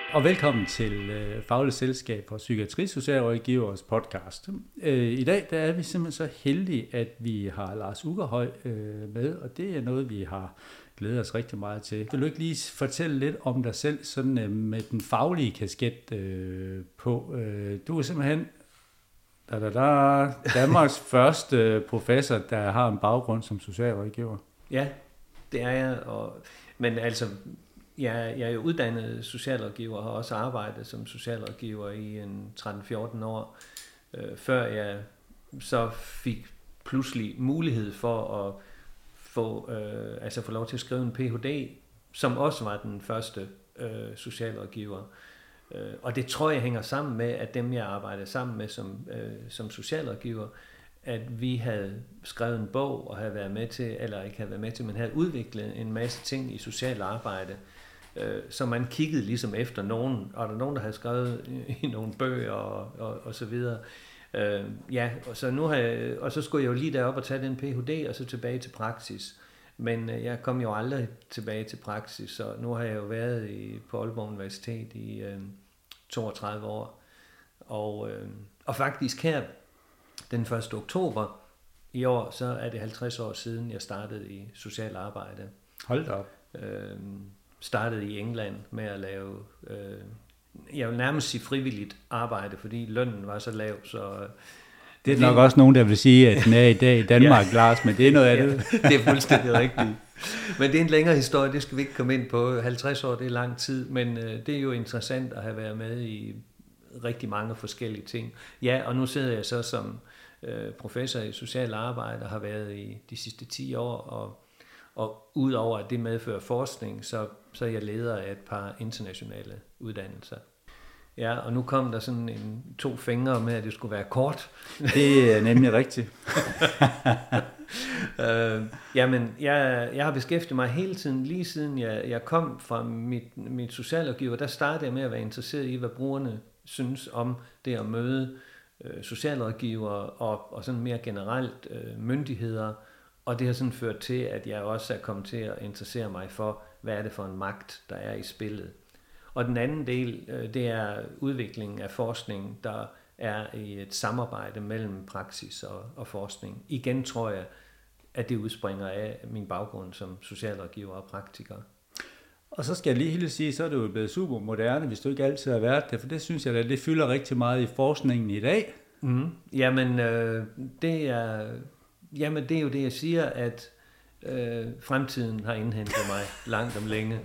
Og velkommen til Fagligt Selskab for Psykiatrisocialrådgivers podcast. I dag der er vi simpelthen så heldige, at vi har Lars Ukkerhøj med, og det er noget, vi har glædet os rigtig meget til. Vil du ikke lige fortælle lidt om dig selv, sådan med den faglige kasket på? Du er simpelthen Danmarks første professor, der har en baggrund som socialrådgiver. Ja, det er jeg. Men altså, jeg er jo uddannet socialrådgiver og har også arbejdet som socialrådgiver i en 13-14 år, før jeg så fik pludselig mulighed for at få lov til at skrive en Ph.D., som også var den første socialrådgiver. Og det tror jeg hænger sammen med, at dem jeg arbejdede sammen med som socialrådgiver, at vi havde skrevet en bog og havde været med til, eller ikke havde været med til, men havde udviklet en masse ting i socialt arbejde, så man kiggede ligesom efter nogen, og der nogen, der havde skrevet i nogle bøger og så videre. Og så skulle jeg jo lige derop og tage den Ph.D. og så tilbage til praksis. Men jeg kom jo aldrig tilbage til praksis, så nu har jeg jo været på Aalborg Universitet i 32 år. Og faktisk her, den 1. oktober i år, så er det 50 år siden, jeg startede i social arbejde. Hold da op. Startede i England med at lave, jeg vil nærmest sige frivilligt arbejde, fordi lønnen var så lav, så... Det er nok også nogen, der vil sige, at den er i dag i Danmark, ja. Lars, men det er noget andet. Ja, det er fuldstændig rigtigt. Men det er en længere historie, det skal vi ikke komme ind på. 50 år, det er lang tid, men det er jo interessant at have været med i rigtig mange forskellige ting. Ja, og nu sidder jeg så som professor i social arbejde og har været i de sidste 10 år, og udover at det medfører forskning, så er jeg leder af et par internationale uddannelser. Ja, og nu kom der sådan 2 fingre med, at det skulle være kort. Det er nemlig rigtigt. Jamen, jeg har beskæftiget mig hele tiden, lige siden jeg kom fra mit socialrådgiver, der startede jeg med at være interesseret i, hvad brugerne synes om det at møde socialrådgivere og sådan mere generelt myndigheder. Og det har sådan ført til, at jeg også er kommet til at interessere mig for, hvad er det for en magt, der er i spillet. Og den anden del, det er udviklingen af forskning, der er i et samarbejde mellem praksis og forskning. Igen tror jeg, at det udspringer af min baggrund som socialrådgiver og praktiker. Og så skal jeg lige helt sige, så er det jo blevet super moderne, hvis du ikke altid har været det, for det synes jeg, at det fylder rigtig meget i forskningen i dag. Mm. Jamen, det er jo det, jeg siger, at fremtiden har indhentet mig langt om længe.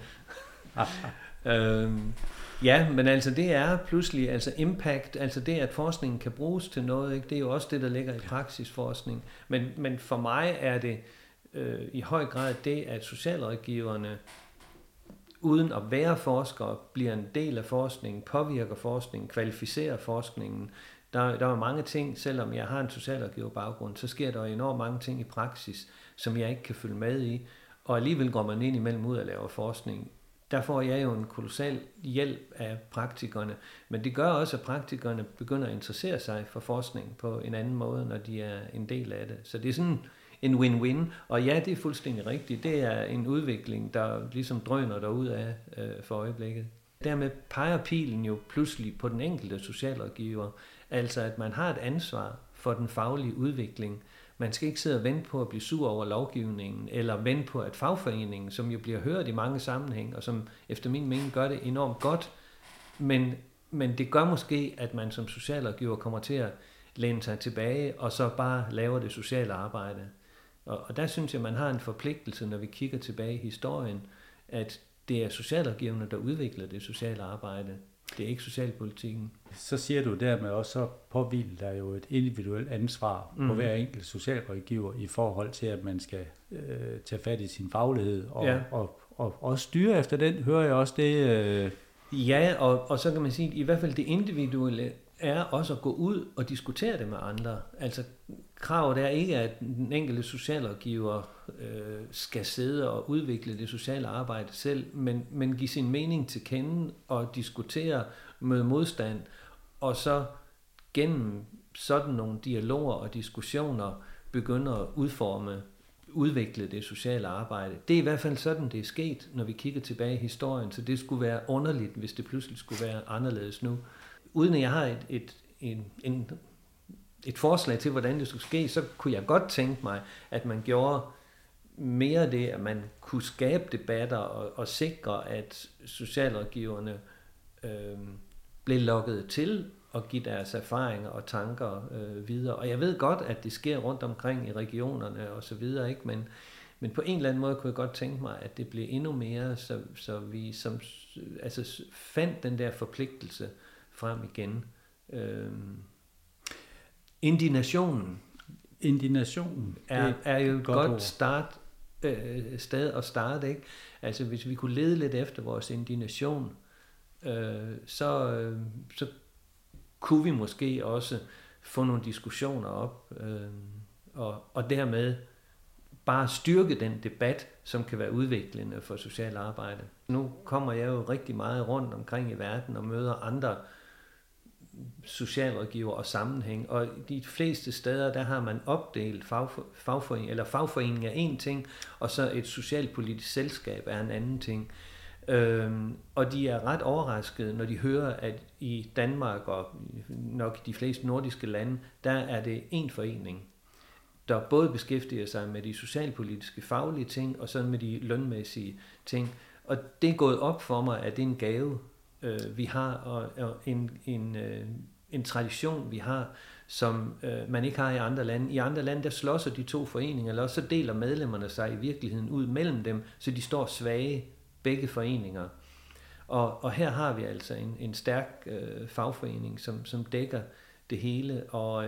Ja, men altså det er pludselig, altså impact, altså det, at forskningen kan bruges til noget, ikke? Det er jo også det, der ligger i praksisforskning. Men for mig er det i høj grad det, at socialrådgiverne, uden at være forskere, bliver en del af forskningen, påvirker forskningen, kvalificerer forskningen. Der er mange ting, selvom jeg har en socialrådgiverbaggrund, så sker der enormt mange ting i praksis, som jeg ikke kan følge med i, og alligevel går man ind imellem ud og laver forskning. Der får jeg jo en kolossal hjælp af praktikerne, men det gør også, at praktikerne begynder at interessere sig for forskning på en anden måde, når de er en del af det. Så det er sådan en win-win, og ja, det er fuldstændig rigtigt. Det er en udvikling, der ligesom drøner derud af for øjeblikket. Dermed peger pilen jo pludselig på den enkelte socialrådgiver, altså at man har et ansvar for den faglige udvikling. Man skal ikke sidde og vente på at blive sur over lovgivningen, eller vente på, at fagforeningen, som jo bliver hørt i mange sammenhæng, og som efter min mening gør det enormt godt, men det gør måske, at man som socialrådgiver kommer til at læne sig tilbage, og så bare laver det sociale arbejde. Og der synes jeg, man har en forpligtelse, når vi kigger tilbage i historien, at det er socialrådgiverne, der udvikler det sociale arbejde. Det er ikke socialpolitikken. Så siger du dermed også, så påhviler der jo et individuelt ansvar på hver enkelt socialrådgiver i forhold til, at man skal tage fat i sin faglighed og styre efter den, hører jeg også det. Ja, og så kan man sige, at i hvert fald det individuelle er også at gå ud og diskutere det med andre. Altså kravet er ikke, at den enkelte socialrådgiver skal sidde og udvikle det sociale arbejde selv, men give sin mening til kende og diskutere, møde modstand, og så gennem sådan nogle dialoger og diskussioner begynde at udforme udviklet det sociale arbejde. Det er i hvert fald sådan, det er sket, når vi kigger tilbage i historien, så det skulle være underligt, hvis det pludselig skulle være anderledes nu. Uden at jeg har et forslag til, hvordan det skulle ske, så kunne jeg godt tænke mig, at man gjorde mere det, at man kunne skabe debatter og sikre, at socialrådgiverne blev lokket til at give deres erfaringer og tanker videre. Og jeg ved godt, at det sker rundt omkring i regionerne og så videre, ikke? Men på en eller anden måde kunne jeg godt tænke mig, at det blev endnu mere, så vi fandt den der forpligtelse frem igen. Indignationen er jo et godt sted at starte, ikke? Altså hvis vi kunne lede lidt efter vores indignation, så kunne vi måske også få nogle diskussioner op, og dermed bare styrke den debat, som kan være udviklende for socialt arbejde. Nu kommer jeg jo rigtig meget rundt omkring i verden og møder andre socialrådgiver og sammenhæng, og de fleste steder, der har man opdelt fagforening, eller fagforening er en ting, og så et socialpolitisk selskab er en anden ting. Og de er ret overraskede, når de hører, at i Danmark og nok de fleste nordiske lande, der er det en forening, der både beskæftiger sig med de socialpolitiske faglige ting, og så med de lønmæssige ting. Og det er gået op for mig, at det er en gave, vi har, og en tradition, vi har, som man ikke har i andre lande. I andre lande, der slås de to foreninger, eller også så deler medlemmerne sig i virkeligheden ud mellem dem, så de står svage, begge foreninger. Og her har vi altså en stærk fagforening, som dækker det hele,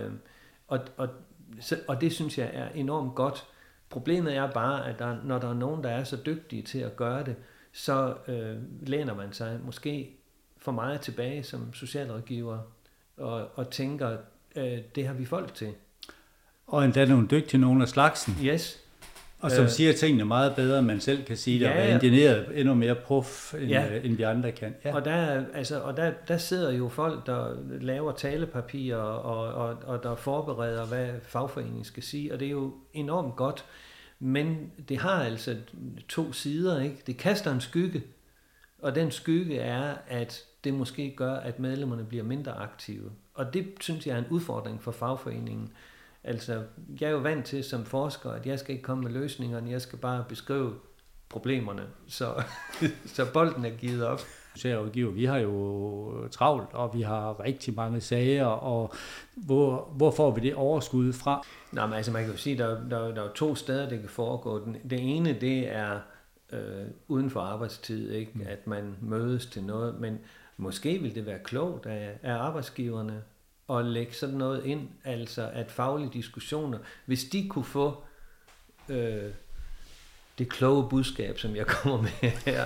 og det synes jeg er enormt godt. Problemet er bare, at når der er nogen, der er så dygtige til at gøre det, så læner man sig måske for meget tilbage som socialrådgiver og tænker, det har vi folk til. Og endda nogle dygtige nogen af slagsen. Yes. Og som siger tingene meget bedre, end man selv kan sige det, og er indigneret endnu mere prof, end vi andre kan. Ja. Og der sidder jo folk, der laver talepapirer, og der forbereder, hvad fagforeningen skal sige, og det er jo enormt godt. Men det har altså to sider, ikke? Det kaster en skygge, og den skygge er, at det måske gør, at medlemmerne bliver mindre aktive. Og det synes jeg er en udfordring for fagforeningen. Altså, jeg er jo vant til som forsker, at jeg skal ikke komme med løsningerne, jeg skal bare beskrive problemerne, så bolden er givet op. Socialrådgiver, vi har jo travlt, og vi har rigtig mange sager, og hvor får vi det overskud fra? Nå, men altså man kan jo sige, der er to steder, det kan foregå. Det ene, det er uden for arbejdstid, ikke? At man mødes til noget, men måske vil det være klogt af arbejdsgiverne at lægge sådan noget ind, altså at faglige diskussioner, hvis de kunne få det kloge budskab, som jeg kommer med her,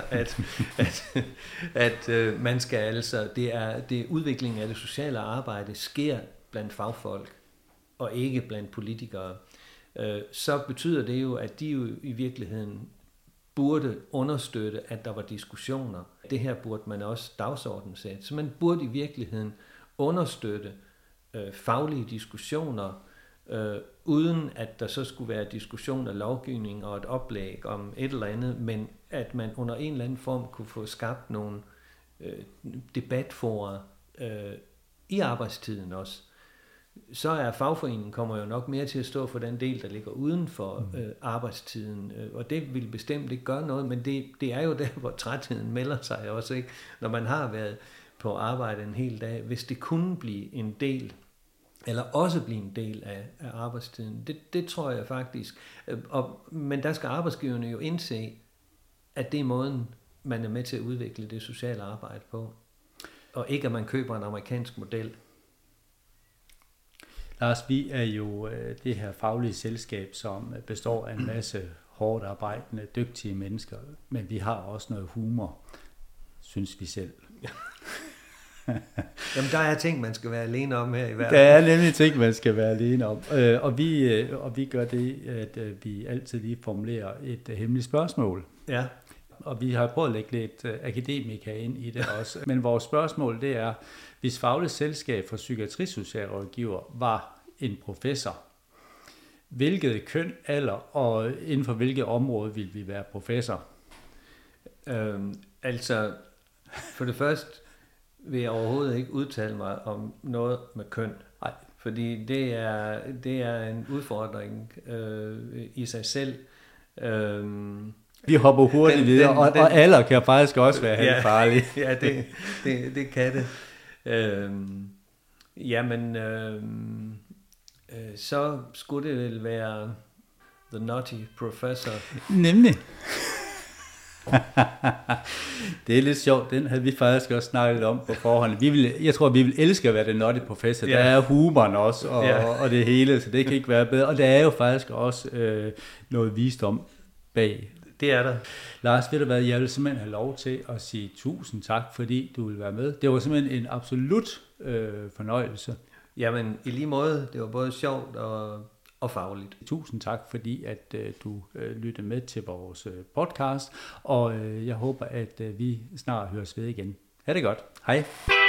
at man skal altså, det udviklingen af det sociale arbejde sker blandt fagfolk, og ikke blandt politikere, så betyder det jo, at de jo i virkeligheden burde understøtte, at der var diskussioner. Det her burde man også dagsordensætte. Så man burde i virkeligheden understøtte faglige diskussioner, uden at der så skulle være diskussion af lovgivning og et oplæg om et eller andet, men at man under en eller anden form kunne få skabt nogle debatforer i arbejdstiden også. Så er fagforeningen kommer jo nok mere til at stå for den del, der ligger uden for arbejdstiden, og det vil bestemt ikke gøre noget, men det er jo der, hvor trætheden melder sig også, ikke? Når man har været på arbejde en hel dag. Hvis det kunne blive en del, eller også blive en del af arbejdstiden, det tror jeg faktisk. Men der skal arbejdsgiverne jo indse, at det er måden, man er med til at udvikle det sociale arbejde på, og ikke at man køber en amerikansk model. Lars, vi er jo det her faglige selskab, som består af en masse hårdt arbejdende, dygtige mennesker, men vi har også noget humor, synes vi selv. Jamen, der er ting, man skal være alene om her i verden. Der er nemlig ting, man skal være alene om. Og vi gør det, at vi altid lige formulerer et hemmeligt spørgsmål. Ja. Og vi har prøvet at lægge lidt akademika ind i det også. Men vores spørgsmål, det er, hvis Fagligt Selskab for Psykiatrisocialrådgiver var en professor, hvilket køn, alder og inden for hvilket område vil vi være professor? Altså, for det første vil jeg overhovedet ikke udtale mig om noget med køn. Nej. Fordi det er en udfordring i sig selv. Vi hopper hurtigt videre, og alder kan faktisk også være helt farlig. Ja, det kan det. Så skulle det vel være The Naughty Professor. Nemlig. Det er lidt sjovt, den havde vi faktisk også snakket om på forhånd. Jeg tror, vi vil elske at være den Naughty Professor. Der er humoren også, og det hele, så det kan ikke være bedre. Og der er jo faktisk også noget visdom bag. Det er der. Lars, ved du hvad, jeg vil simpelthen have lov til at sige tusind tak, fordi du vil være med. Det var simpelthen en absolut fornøjelse. Jamen, i lige måde, det var både sjovt og fagligt. Tusind tak, fordi at du lyttede med til vores podcast, og jeg håber, at vi snart høres ved igen. Ha' det godt. Hej.